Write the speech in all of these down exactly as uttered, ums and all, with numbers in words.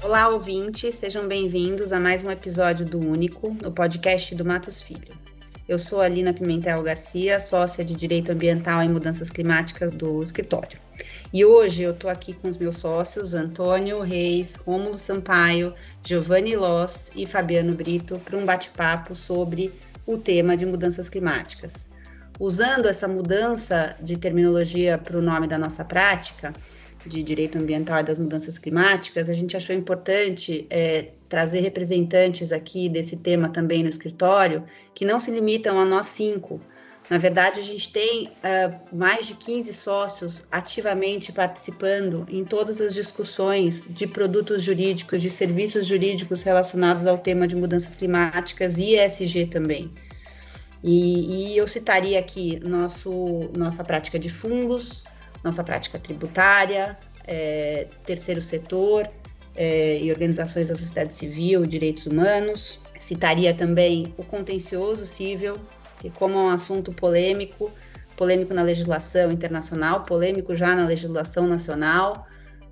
Olá, ouvintes, sejam bem-vindos a mais um episódio do Único, no podcast do Matos Filho. Eu sou a Lina Pimentel Garcia, sócia de Direito Ambiental e Mudanças Climáticas do escritório. E hoje eu estou aqui com os meus sócios Antônio Reis, Rômulo Sampaio, Giovanni Loss e Fabiano Brito para um bate-papo sobre o tema de mudanças climáticas. Usando essa mudança de terminologia para o nome da nossa prática, de direito ambiental e das mudanças climáticas, a gente achou importante é, trazer representantes aqui desse tema também no escritório, que não se limitam a nós cinco. Na verdade, a gente tem uh, mais de quinze sócios ativamente participando em todas as discussões de produtos jurídicos, de serviços jurídicos relacionados ao tema de mudanças climáticas e E S G também. E, e eu citaria aqui nosso, nossa prática de fundos, nossa prática tributária, é, terceiro setor é, e organizações da sociedade civil, direitos humanos. Citaria também o contencioso civil, que como é um assunto polêmico, polêmico na legislação internacional, polêmico já na legislação nacional,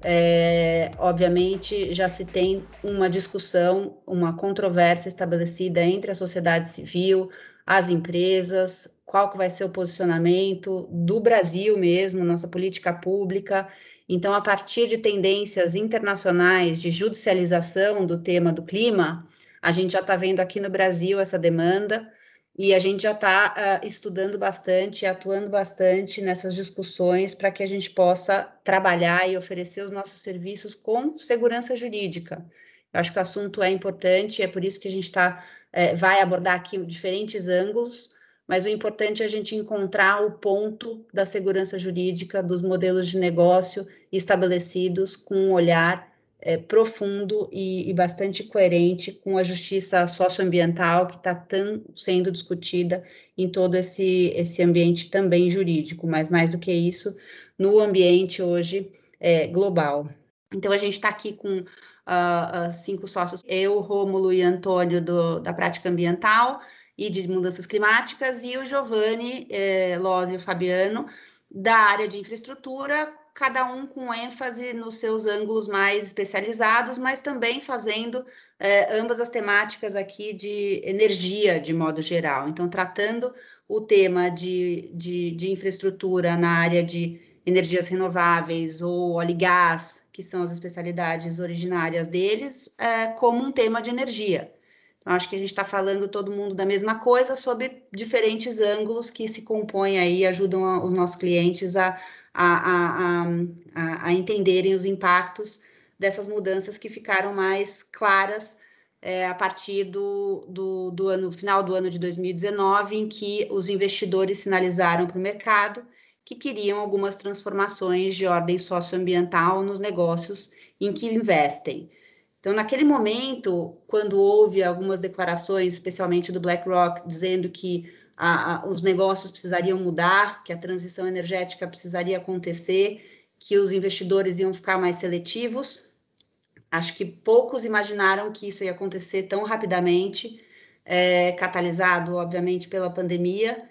é, obviamente já se tem uma discussão, uma controvérsia estabelecida entre a sociedade civil, as empresas, qual que vai ser o posicionamento do Brasil mesmo, nossa política pública. Então, a partir de tendências internacionais de judicialização do tema do clima, a gente já está vendo aqui no Brasil essa demanda e a gente já está uh, estudando bastante, atuando bastante nessas discussões para que a gente possa trabalhar e oferecer os nossos serviços com segurança jurídica. Eu acho que o assunto é importante, é por isso que a gente tá, é, vai abordar aqui diferentes ângulos, mas o importante é a gente encontrar o ponto da segurança jurídica, dos modelos de negócio estabelecidos com um olhar é, profundo e, e bastante coerente com a justiça socioambiental que está sendo discutida em todo esse, esse ambiente também jurídico, mas mais do que isso, no ambiente hoje é, global. Então, a gente está aqui com uh, uh, cinco sócios, eu, Rômulo e Antônio do, da prática ambiental e de mudanças climáticas, e o Giovanni, eh, Loz e o Fabiano, da área de infraestrutura, cada um com ênfase nos seus ângulos mais especializados, mas também fazendo eh, ambas as temáticas aqui de energia, de modo geral. Então, tratando o tema de, de, de infraestrutura na área de energias renováveis ou óleo e gás, que são as especialidades originárias deles, eh, como um tema de energia. Então, acho que a gente está falando todo mundo da mesma coisa, sob diferentes ângulos que se compõem aí, ajudam a, os nossos clientes a, a, a, a, a entenderem os impactos dessas mudanças que ficaram mais claras é, a partir do, do, do ano, final do ano de dois mil e dezenove, em que os investidores sinalizaram para o mercado que queriam algumas transformações de ordem socioambiental nos negócios em que investem. Então, naquele momento, quando houve algumas declarações, especialmente do BlackRock, dizendo que a, a, os negócios precisariam mudar, que a transição energética precisaria acontecer, que os investidores iam ficar mais seletivos, acho que poucos imaginaram que isso ia acontecer tão rapidamente, é, catalisado, obviamente, pela pandemia,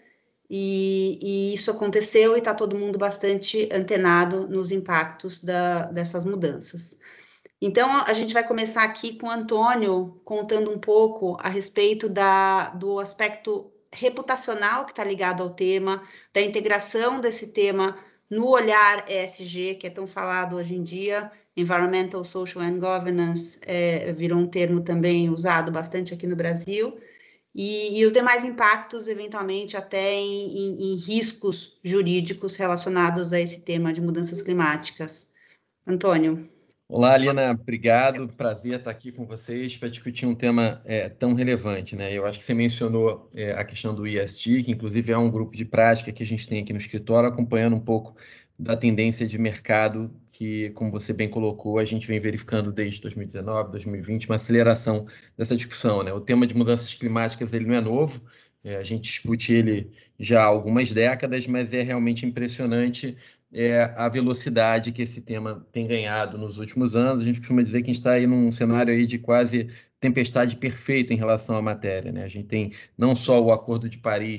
e, e isso aconteceu e está todo mundo bastante antenado nos impactos da, dessas mudanças. Então, a gente vai começar aqui com o Antônio contando um pouco a respeito da, do aspecto reputacional que está ligado ao tema, da integração desse tema no olhar E S G, que é tão falado hoje em dia, Environmental, Social and Governance, é, virou um termo também usado bastante aqui no Brasil, e, e os demais impactos, eventualmente, até em, em, em riscos jurídicos relacionados a esse tema de mudanças climáticas. Antônio. Olá, Alina, obrigado. Prazer estar aqui com vocês para discutir um tema é, tão relevante, né? Eu acho que você mencionou é, a questão do E S G, que inclusive é um grupo de prática que a gente tem aqui no escritório, acompanhando um pouco da tendência de mercado que, como você bem colocou, a gente vem verificando desde dois mil e dezenove, dois mil e vinte, uma aceleração dessa discussão, né? O tema de mudanças climáticas ele não é novo, é, a gente discute ele já há algumas décadas, mas é realmente impressionante é a velocidade que esse tema tem ganhado nos últimos anos. A gente costuma dizer que a gente está aí num cenário aí de quase tempestade perfeita em relação à matéria, né? A gente tem não só o Acordo de Paris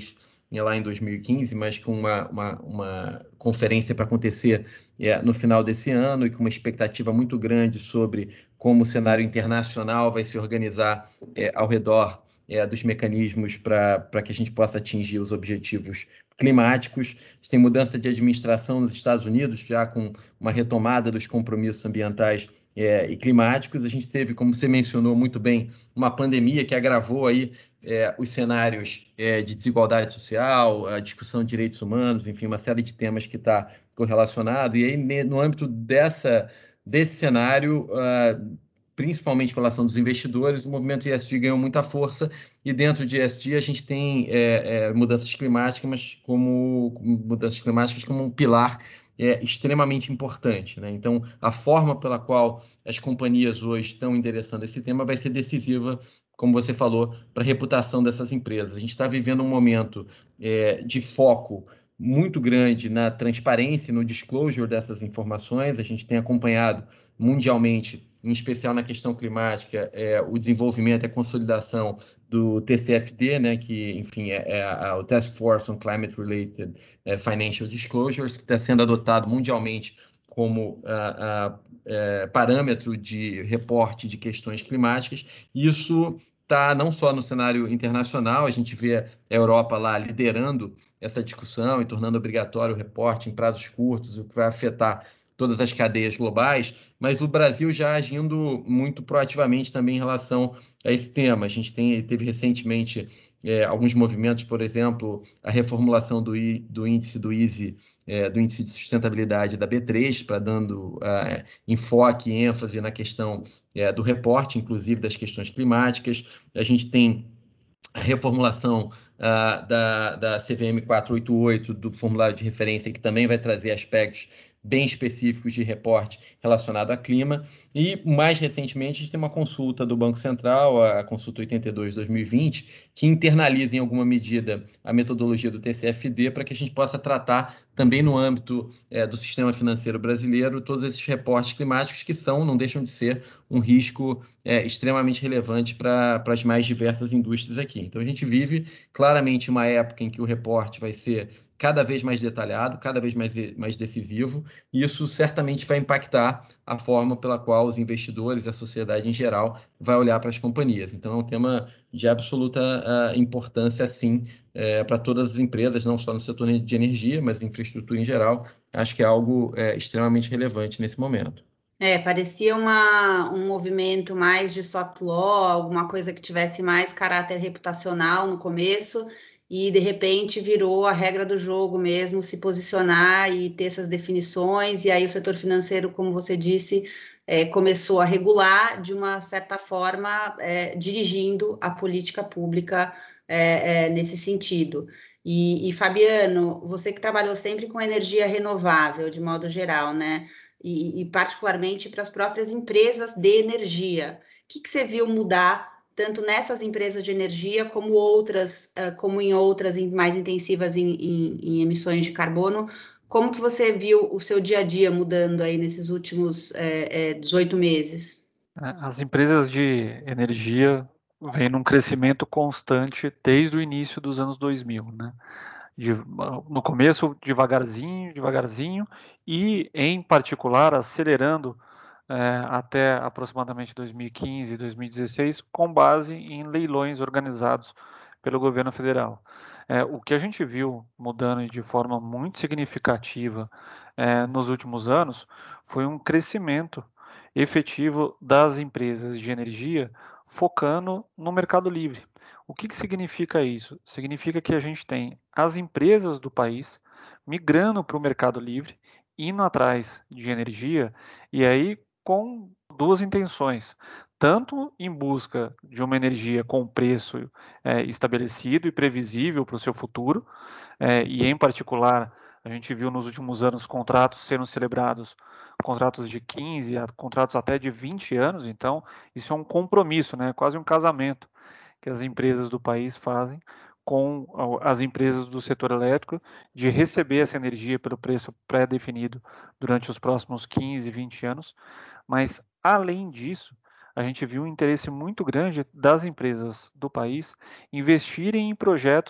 lá em dois mil e quinze, mas com uma, uma, uma conferência para acontecer é, no final desse ano e com uma expectativa muito grande sobre como o cenário internacional vai se organizar é, ao redor é, dos mecanismos para que a gente possa atingir os objetivos climáticos. Tem mudança de administração nos Estados Unidos, já com uma retomada dos compromissos ambientais é, e climáticos. A gente teve, como você mencionou muito bem, uma pandemia que agravou aí é, os cenários é, de desigualdade social, a discussão de direitos humanos, enfim, uma série de temas que está correlacionado. E aí, no âmbito dessa, desse cenário, uh, principalmente pela ação dos investidores, o movimento E S G ganhou muita força, e dentro de E S G a gente tem é, é, mudanças climáticas, mas como mudanças climáticas como um pilar é extremamente importante, né? Então, a forma pela qual as companhias hoje estão endereçando esse tema vai ser decisiva, como você falou, para a reputação dessas empresas. A gente está vivendo um momento é, de foco muito grande na transparência, no disclosure dessas informações. A gente tem acompanhado mundialmente, em especial na questão climática, é, o desenvolvimento e a consolidação do T C F D, né, que, enfim, é, é a, o Task Force on Climate Related é, Financial Disclosures, que está sendo adotado mundialmente como a, a, é, parâmetro de reporte de questões climáticas. Isso está não só no cenário internacional, a gente vê a Europa lá liderando essa discussão e tornando obrigatório o reporte em prazos curtos, o que vai afetar todas as cadeias globais, mas o Brasil já agindo muito proativamente também em relação a esse tema. A gente tem, teve recentemente é, alguns movimentos, por exemplo, a reformulação do, I, do índice do I S E, é, do índice de sustentabilidade da B três, para dando uh, enfoque e ênfase na questão é, do reporte, inclusive das questões climáticas. A gente tem a reformulação uh, da, da C V M quatrocentos e oitenta e oito, do formulário de referência, que também vai trazer aspectos bem específicos de reporte relacionado a clima. E, mais recentemente, a gente tem uma consulta do Banco Central, a consulta oitenta e dois de dois mil e vinte, que internaliza em alguma medida a metodologia do T C F D para que a gente possa tratar também no âmbito é, do sistema financeiro brasileiro todos esses reportes climáticos que são, não deixam de ser, um risco é, extremamente relevante para as mais diversas indústrias aqui. Então, a gente vive claramente uma época em que o reporte vai ser cada vez mais detalhado, cada vez mais, mais decisivo, e isso certamente vai impactar a forma pela qual os investidores e a sociedade em geral vai olhar para as companhias. Então, é um tema de absoluta uh, importância, sim, uh, para todas as empresas, não só no setor de energia, mas infraestrutura em geral. Acho que é algo uh, extremamente relevante nesse momento. É, parecia uma, um movimento mais de soft law, alguma coisa que tivesse mais caráter reputacional no começo, e de repente virou a regra do jogo mesmo, se posicionar e ter essas definições, e aí o setor financeiro, como você disse, é, começou a regular de uma certa forma, é, dirigindo a política pública é, é, nesse sentido. E, e, Fabiano, você que trabalhou sempre com energia renovável, de modo geral, né? E, e particularmente para as próprias empresas de energia. O que, que você viu mudar, tanto nessas empresas de energia, como outras, uh, como em outras mais intensivas em, em, em, emissões de carbono? Como que você viu o seu dia a dia mudando aí nesses últimos é, é, dezoito meses? As empresas de energia vêm num crescimento constante desde o início dos anos dois mil, né? De, no começo, devagarzinho, devagarzinho, e, em particular, acelerando é, até aproximadamente dois mil e quinze, dois mil e dezesseis, com base em leilões organizados pelo governo federal. É, o que a gente viu mudando de forma muito significativa é, nos últimos anos foi um crescimento efetivo das empresas de energia focando no mercado livre. O que, que significa isso? Significa que a gente tem as empresas do país migrando para o mercado livre, indo atrás de energia, e aí com duas intenções, tanto em busca de uma energia com preço é, estabelecido e previsível para o seu futuro, é, e em particular a gente viu nos últimos anos contratos sendo celebrados, contratos de quinze, contratos até de vinte anos, então isso é um compromisso, né, quase um casamento que as empresas do país fazem com as empresas do setor elétrico de receber essa energia pelo preço pré-definido durante os próximos quinze, vinte anos. Mas, além disso, a gente viu um interesse muito grande das empresas do país investirem em projetos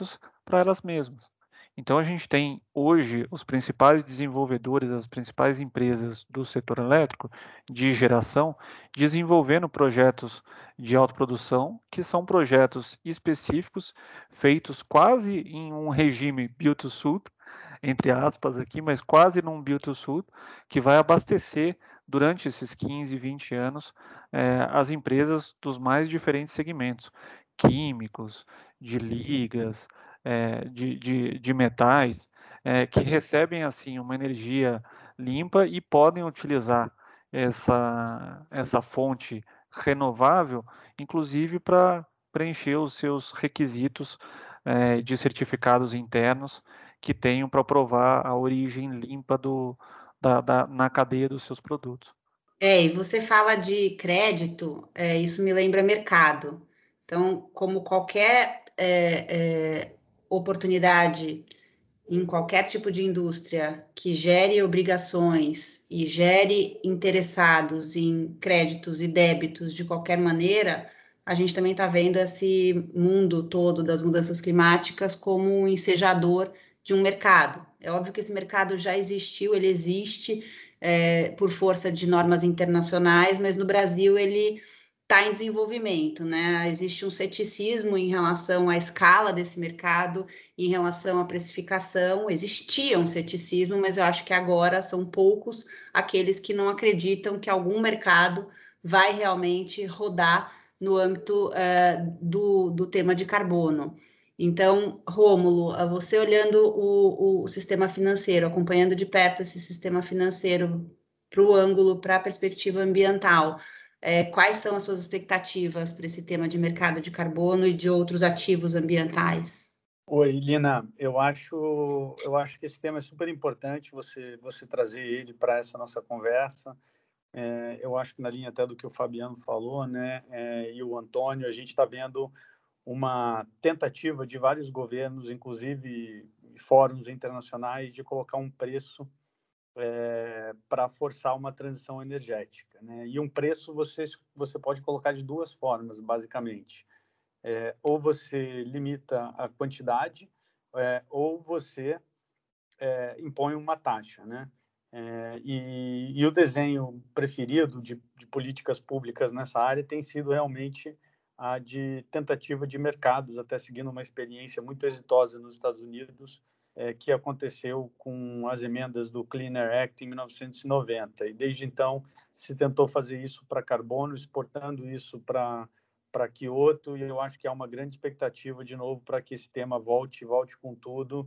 para elas mesmas. Então, a gente tem hoje os principais desenvolvedores, as principais empresas do setor elétrico de geração desenvolvendo projetos de autoprodução, que são projetos específicos, feitos quase em um regime build-to-suit, entre aspas aqui, mas quase num build-to-suit, que vai abastecer durante esses quinze, vinte anos eh, as empresas dos mais diferentes segmentos, químicos, de ligas, é, de, de, de metais, é, que recebem assim uma energia limpa e podem utilizar essa, essa fonte renovável, inclusive para preencher os seus requisitos é, de certificados internos que tenham para provar a origem limpa do, da, da, na cadeia dos seus produtos. É, e você fala de crédito, é, isso me lembra mercado. Então, como qualquer é, é, oportunidade em qualquer tipo de indústria que gere obrigações e gere interessados em créditos e débitos de qualquer maneira, a gente também está vendo esse mundo todo das mudanças climáticas como um ensejador de um mercado. É óbvio que esse mercado já existiu, ele existe é, por força de normas internacionais, mas no Brasil ele está em desenvolvimento, né? Existe um ceticismo em relação à escala desse mercado, em relação à precificação. Existia um ceticismo, mas eu acho que agora são poucos aqueles que não acreditam que algum mercado vai realmente rodar no âmbito uh, do, do tema de carbono. Então, Rômulo, você olhando o, o sistema financeiro, acompanhando de perto esse sistema financeiro para o ângulo, para a perspectiva ambiental, é, quais são as suas expectativas para esse tema de mercado de carbono e de outros ativos ambientais? Oi, Lina, eu acho, eu acho que esse tema é super importante, você, você trazer ele para essa nossa conversa. É, eu acho que na linha até do que o Fabiano falou, né, é, e o Antônio, a gente está vendo uma tentativa de vários governos, inclusive fóruns internacionais, de colocar um preço é, para forçar uma transição energética, né? E um preço você, você pode colocar de duas formas, basicamente. É, ou você limita a quantidade, é, ou você é, impõe uma taxa, né? É, e, e o desenho preferido de, de políticas públicas nessa área tem sido realmente a de tentativa de mercados, até seguindo uma experiência muito exitosa nos Estados Unidos, é, que aconteceu com as emendas do Clean Air Act em mil novecentos e noventa. E desde então se tentou fazer isso para carbono, exportando isso para para Kyoto, e eu acho que há uma grande expectativa de novo para que esse tema volte, volte com tudo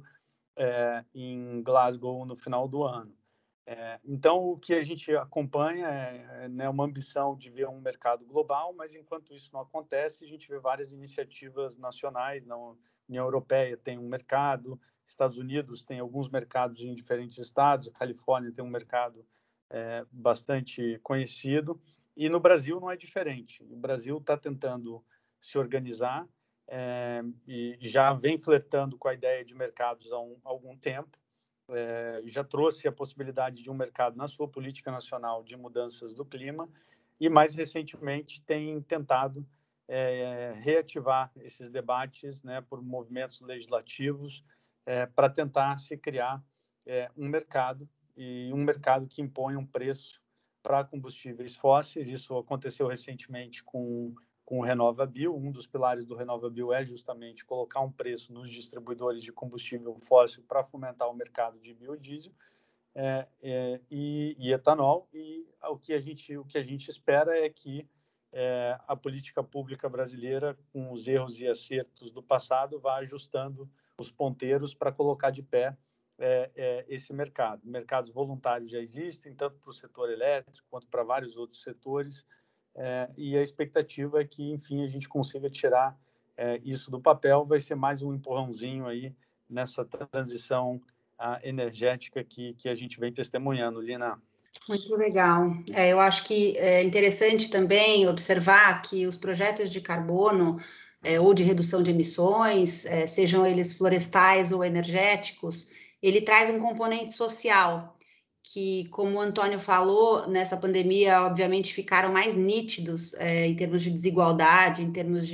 é, em Glasgow no final do ano. É, então, o que a gente acompanha é, é né, uma ambição de ver um mercado global, mas enquanto isso não acontece, a gente vê várias iniciativas nacionais. Na União Europeia tem um mercado, Estados Unidos tem alguns mercados em diferentes estados, a Califórnia tem um mercado é, bastante conhecido, e no Brasil não é diferente. O Brasil está tentando se organizar é, e já vem flertando com a ideia de mercados há, um, há algum tempo. É, já trouxe a possibilidade de um mercado na sua política nacional de mudanças do clima e, mais recentemente, tem tentado é, reativar esses debates, né, por movimentos legislativos é, para tentar se criar é, um mercado e um mercado que impõe um preço para combustíveis fósseis. Isso aconteceu recentemente com, com o RenovaBio. Um dos pilares do RenovaBio é justamente colocar um preço nos distribuidores de combustível fóssil para fomentar o mercado de biodiesel é, é, e, e etanol. E o que a gente, o que a gente espera é que é, a política pública brasileira, com os erros e acertos do passado, vá ajustando os ponteiros para colocar de pé É, é, esse mercado. Mercados voluntários já existem, tanto para o setor elétrico quanto para vários outros setores, é, e a expectativa é que, enfim, a gente consiga tirar é, isso do papel. Vai ser mais um empurrãozinho aí nessa transição a, energética que, que a gente vem testemunhando, Lina. Muito legal. É, eu acho que é interessante também observar que os projetos de carbono é, ou de redução de emissões, é, sejam eles florestais ou energéticos, ele traz um componente social que, como o Antônio falou, nessa pandemia, obviamente, ficaram mais nítidos é, em termos de desigualdade, em termos de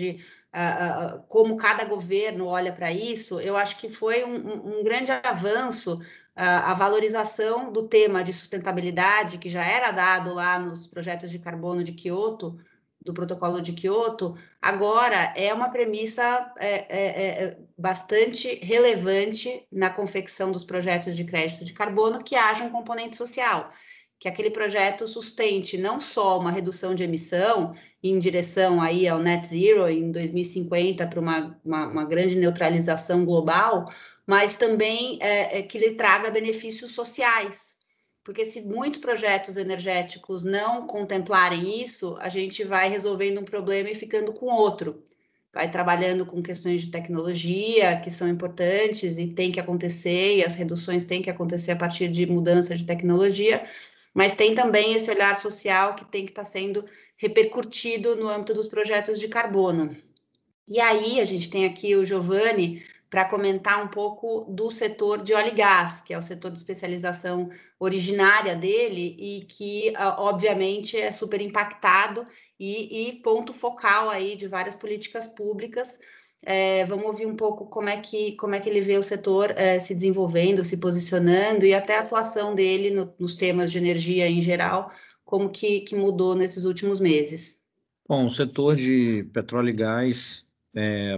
uh, uh, como cada governo olha para isso, eu acho que foi um, um, um grande avanço uh, a valorização do tema de sustentabilidade, que já era dado lá nos projetos de carbono de Kyoto, do protocolo de Kyoto, agora é uma premissa é, é, é bastante relevante na confecção dos projetos de crédito de carbono, que haja um componente social, que aquele projeto sustente não só uma redução de emissão em direção aí ao net zero em dois mil e cinquenta para uma, uma, uma grande neutralização global, mas também é, é que ele traga benefícios sociais. Porque se muitos projetos energéticos não contemplarem isso, a gente vai resolvendo um problema e ficando com outro. Vai trabalhando com questões de tecnologia, que são importantes e tem que acontecer, e as reduções têm que acontecer a partir de mudança de tecnologia, mas tem também esse olhar social que tem que estar sendo repercutido no âmbito dos projetos de carbono. E aí a gente tem aqui o Giovanni para comentar um pouco do setor de óleo e gás, que é o setor de especialização originária dele e que, obviamente, é super impactado e, e ponto focal aí de várias políticas públicas. É, vamos ouvir um pouco como é que, como é que ele vê o setor é, se desenvolvendo, se posicionando e até a atuação dele no, nos temas de energia em geral, como que, que mudou nesses últimos meses. Bom, o setor de petróleo e gás, é,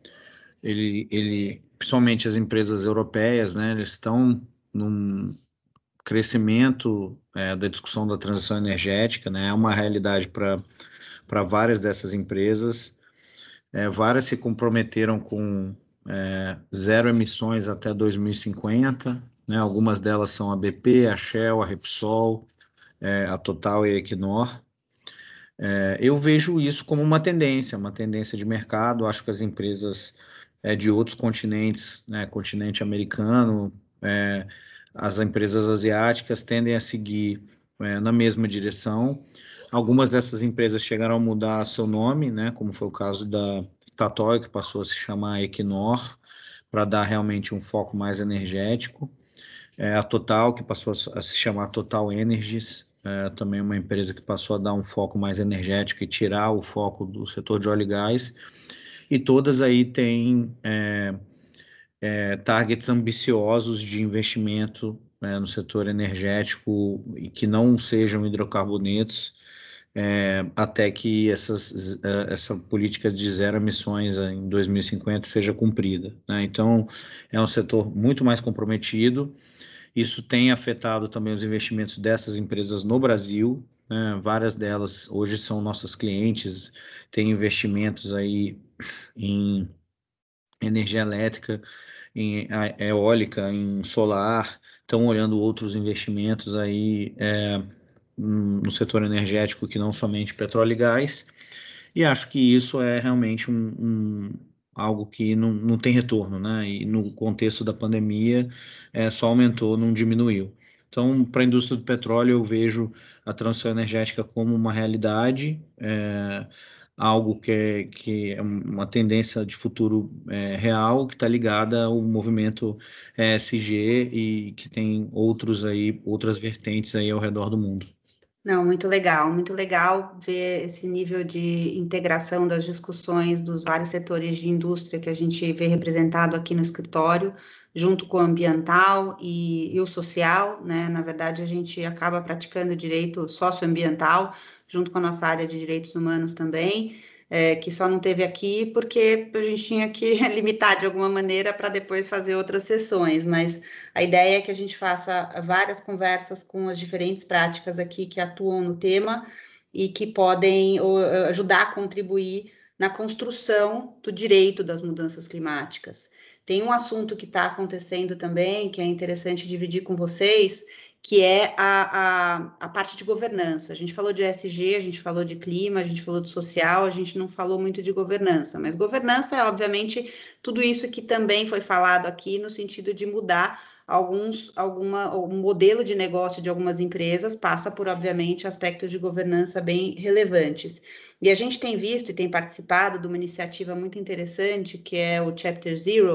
ele, ele, principalmente as empresas europeias, né, eles estão num crescimento é, da discussão da transição energética, né, é uma realidade para para várias dessas empresas. É, várias se comprometeram com é, zero emissões até dois mil e cinquenta, né, algumas delas são a B P, a Shell, a Repsol, é, a Total e a Equinor. É, eu vejo isso como uma tendência, uma tendência de mercado. Acho que as empresas é, de outros continentes, né, continente americano, é, as empresas asiáticas tendem a seguir é, na mesma direção. Algumas dessas empresas chegaram a mudar seu nome, né, como foi o caso da Statoil, que passou a se chamar Equinor, para dar realmente um foco mais energético. É, a Total, que passou a se chamar Total Energies, é, também uma empresa que passou a dar um foco mais energético e tirar o foco do setor de óleo e gás. E todas aí têm é, é, targets ambiciosos de investimento é, no setor energético e que não sejam hidrocarbonetos, é, até que essas, essa política de zero emissões em dois mil e cinquenta seja cumprida, né? Então, é um setor muito mais comprometido. Isso tem afetado também os investimentos dessas empresas no Brasil, né? Várias delas hoje são nossas clientes, têm investimentos aí em energia elétrica, em eólica, em solar, estão olhando outros investimentos aí é, no setor energético que não somente petróleo e gás, e acho que isso é realmente um, um algo que não, não tem retorno, né? E no contexto da pandemia é, só aumentou, não diminuiu. Então, para a indústria do petróleo, eu vejo a transição energética como uma realidade, é, algo que é, que é uma tendência de futuro é, real, que está ligada ao movimento E S G e que tem outros aí, outras vertentes aí ao redor do mundo. Não, muito legal, muito legal ver esse nível de integração das discussões dos vários setores de indústria que a gente vê representado aqui no escritório, junto com o ambiental e, e o social, né? Na verdade, a gente acaba praticando direito socioambiental, junto com a nossa área de direitos humanos também, é, que só não teve aqui porque a gente tinha que limitar de alguma maneira para depois fazer outras sessões, mas a ideia é que a gente faça várias conversas com as diferentes práticas aqui que atuam no tema e que podem uh, ajudar a contribuir na construção do direito das mudanças climáticas. Tem um assunto que está acontecendo também, que é interessante dividir com vocês, que é a, a, a parte de governança. A gente falou de E S G, a gente falou de clima, a gente falou de social, a gente não falou muito de governança, mas governança é, obviamente, tudo isso que também foi falado aqui no sentido de mudar alguns, alguma, o modelo de negócio de algumas empresas passa por, obviamente, aspectos de governança bem relevantes. E a gente tem visto e tem participado de uma iniciativa muito interessante, que é o Chapter Zero,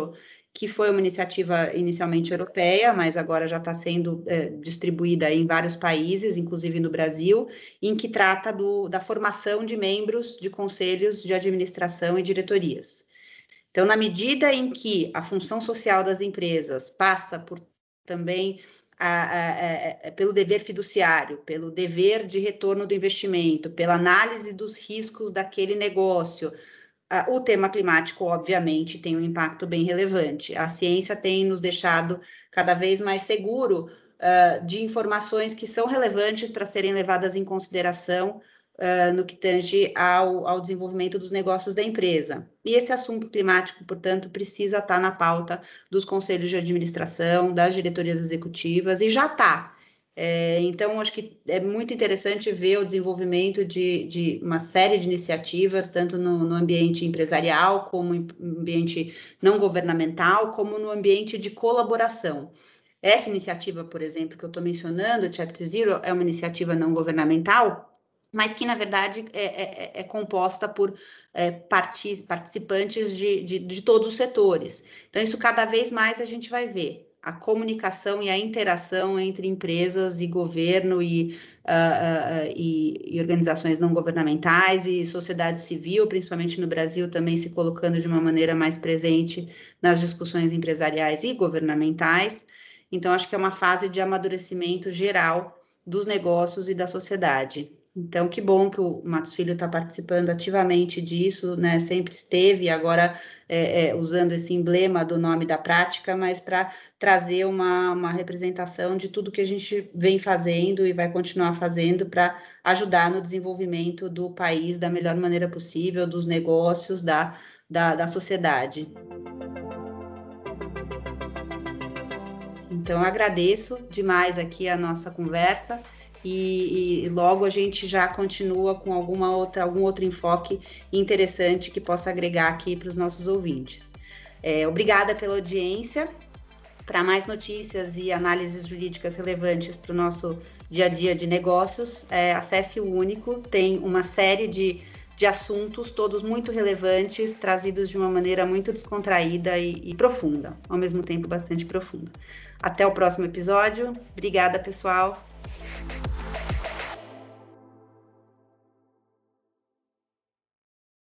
que foi uma iniciativa inicialmente europeia, mas agora já está sendo é, distribuída em vários países, inclusive no Brasil, em que trata do, da formação de membros de conselhos de administração e diretorias. Então, na medida em que a função social das empresas passa por também a, a, a, pelo dever fiduciário, pelo dever de retorno do investimento, pela análise dos riscos daquele negócio, Uh, o tema climático, obviamente, tem um impacto bem relevante. A ciência tem nos deixado cada vez mais seguro uh, de informações que são relevantes para serem levadas em consideração uh, no que tange ao, ao desenvolvimento dos negócios da empresa. E esse assunto climático, portanto, precisa estar na pauta dos conselhos de administração, das diretorias executivas, e já está. É, então, acho que é muito interessante ver o desenvolvimento de, de uma série de iniciativas, tanto no, no ambiente empresarial, como no ambiente não governamental, como no ambiente de colaboração. Essa iniciativa, por exemplo, que eu estou mencionando, o Chapter Zero, é uma iniciativa não governamental, mas que, na verdade, é, é, é composta por é, partic- participantes de, de, de todos os setores. Então, isso cada vez mais a gente vai ver. A comunicação e a interação entre empresas e governo e, uh, uh, e, e organizações não governamentais e sociedade civil, principalmente no Brasil, também se colocando de uma maneira mais presente nas discussões empresariais e governamentais. Então, acho que é uma fase de amadurecimento geral dos negócios e da sociedade. Então, que bom que o Matos Filho está participando ativamente disso, né? Sempre esteve, e agora é, é, usando esse emblema do nome da prática, mas para trazer uma, uma representação de tudo que a gente vem fazendo e vai continuar fazendo para ajudar no desenvolvimento do país da melhor maneira possível, dos negócios, da, da, da sociedade. Então, eu agradeço demais aqui a nossa conversa. E, e logo a gente já continua com alguma outra, algum outro enfoque interessante que possa agregar aqui para os nossos ouvintes. É, obrigada pela audiência. Para mais notícias e análises jurídicas relevantes para o nosso dia a dia de negócios, é, acesse o Único, tem uma série de, de assuntos, todos muito relevantes, trazidos de uma maneira muito descontraída e, e profunda, ao mesmo tempo bastante profunda. Até o próximo episódio. Obrigada, pessoal.